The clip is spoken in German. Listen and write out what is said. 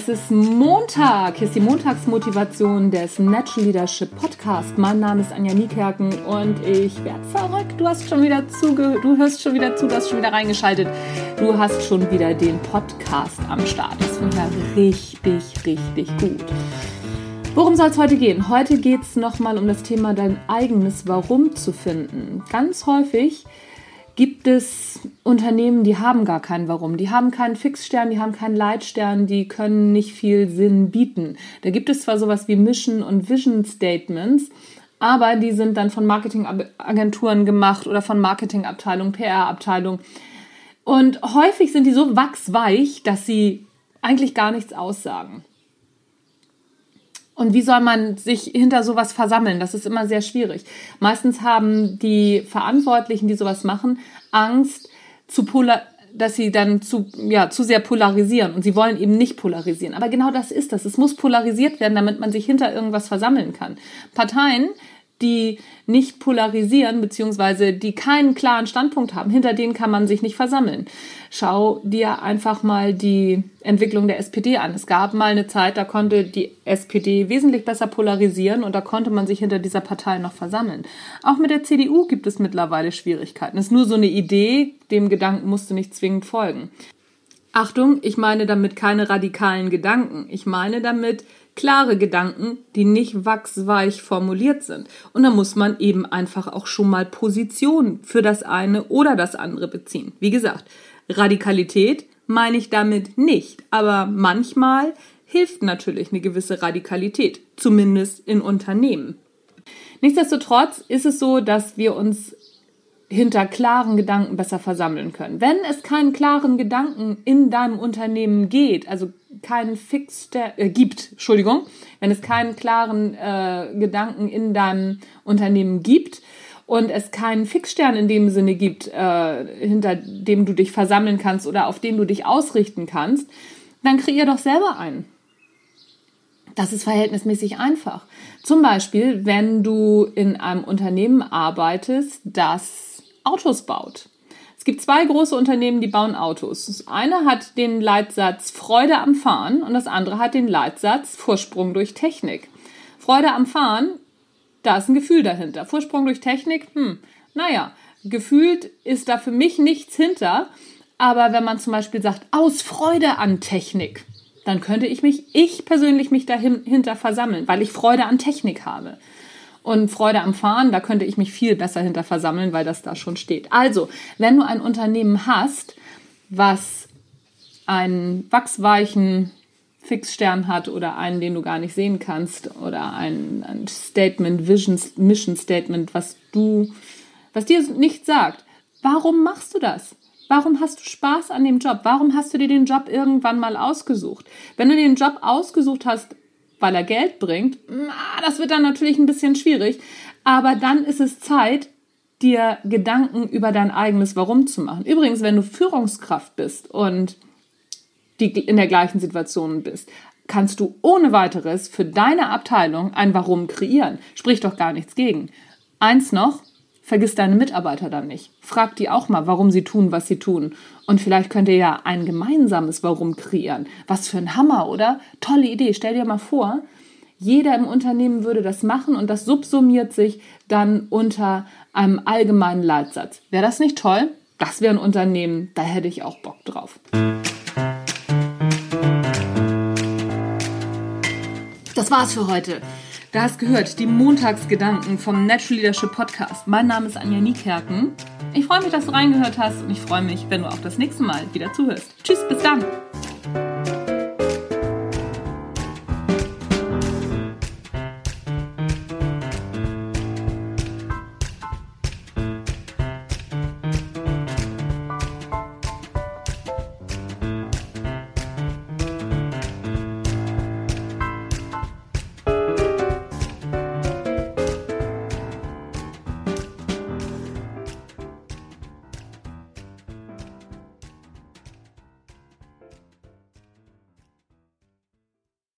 Es ist Montag. Hier ist die Montagsmotivation des Natural Leadership Podcast. Mein Name ist Anja Niekerken und ich werde verrückt. Du hörst schon wieder zu, du hast schon wieder reingeschaltet. Du hast schon wieder den Podcast am Start. Das finde ich richtig gut. Worum soll es heute gehen? Heute geht es nochmal um das Thema, dein eigenes Warum zu finden. Ganz häufig gibt es Unternehmen, die haben gar kein Warum. Die haben keinen Fixstern, die haben keinen Leitstern, die können nicht viel Sinn bieten. Da gibt es zwar sowas wie Mission- und Vision-Statements, aber die sind dann von Marketingagenturen gemacht oder von Marketingabteilung, PR-Abteilung. Und häufig sind die so wachsweich, dass sie eigentlich gar nichts aussagen. Und wie soll man sich hinter sowas versammeln? Das ist immer sehr schwierig. Meistens haben die Verantwortlichen, die sowas machen, Angst, dass sie dann zu sehr polarisieren. Und sie wollen eben nicht polarisieren. Aber genau das ist das. Es muss polarisiert werden, damit man sich hinter irgendwas versammeln kann. Parteien, die nicht polarisieren, beziehungsweise die keinen klaren Standpunkt haben, hinter denen kann man sich nicht versammeln. Schau dir einfach mal die Entwicklung der SPD an. Es gab mal eine Zeit, da konnte die SPD wesentlich besser polarisieren und da konnte man sich hinter dieser Partei noch versammeln. Auch mit der CDU gibt es mittlerweile Schwierigkeiten. Es ist nur so eine Idee, dem Gedanken musst du nicht zwingend folgen. Achtung, ich meine damit keine radikalen Gedanken. Ich meine damit klare Gedanken, die nicht wachsweich formuliert sind. Und da muss man eben einfach auch schon mal Position für das eine oder das andere beziehen. Wie gesagt, Radikalität meine ich damit nicht, aber manchmal hilft natürlich eine gewisse Radikalität, zumindest in Unternehmen. Nichtsdestotrotz ist es so, dass wir uns hinter klaren Gedanken besser versammeln können. Wenn es keinen klaren Gedanken in deinem Unternehmen geht, also keinen wenn es keinen klaren Gedanken in deinem Unternehmen gibt und es keinen Fixstern in dem Sinne gibt, hinter dem du dich versammeln kannst oder auf den du dich ausrichten kannst, dann kreier doch selber einen. Das ist verhältnismäßig einfach. Zum Beispiel, wenn du in einem Unternehmen arbeitest, das Autos baut. Es gibt zwei große Unternehmen, die bauen Autos. Das eine hat den Leitsatz Freude am Fahren und das andere hat den Leitsatz Vorsprung durch Technik. Freude am Fahren, da ist ein Gefühl dahinter. Vorsprung durch Technik, gefühlt ist da für mich nichts hinter. Aber wenn man zum Beispiel sagt, aus Freude an Technik, dann könnte ich persönlich mich dahinter versammeln, weil ich Freude an Technik habe. Und Freude am Fahren, da könnte ich mich viel besser hinter versammeln, weil das da schon steht. Also, wenn du ein Unternehmen hast, was einen wachsweichen Fixstern hat oder einen, den du gar nicht sehen kannst oder ein Statement, Mission Statement, was dir nicht sagt, warum machst du das? Warum hast du Spaß an dem Job? Warum hast du dir den Job irgendwann mal ausgesucht? Wenn du den Job ausgesucht hast, weil er Geld bringt, das wird dann natürlich ein bisschen schwierig. Aber dann ist es Zeit, dir Gedanken über dein eigenes Warum zu machen. Übrigens, wenn du Führungskraft bist und in der gleichen Situation bist, kannst du ohne weiteres für deine Abteilung ein Warum kreieren. Spricht doch gar nichts gegen. Eins noch, vergiss deine Mitarbeiter dann nicht. Frag die auch mal, warum sie tun, was sie tun. Und vielleicht könnt ihr ja ein gemeinsames Warum kreieren. Was für ein Hammer, oder? Tolle Idee. Stell dir mal vor, jeder im Unternehmen würde das machen und das subsumiert sich dann unter einem allgemeinen Leitsatz. Wäre das nicht toll? Das wäre ein Unternehmen, da hätte ich auch Bock drauf. Das war's für heute. Du hast gehört, die Montagsgedanken vom Natural Leadership Podcast. Mein Name ist Anja Niekerken. Ich freue mich, dass du reingehört hast und ich freue mich, wenn du auch das nächste Mal wieder zuhörst. Tschüss, bis dann.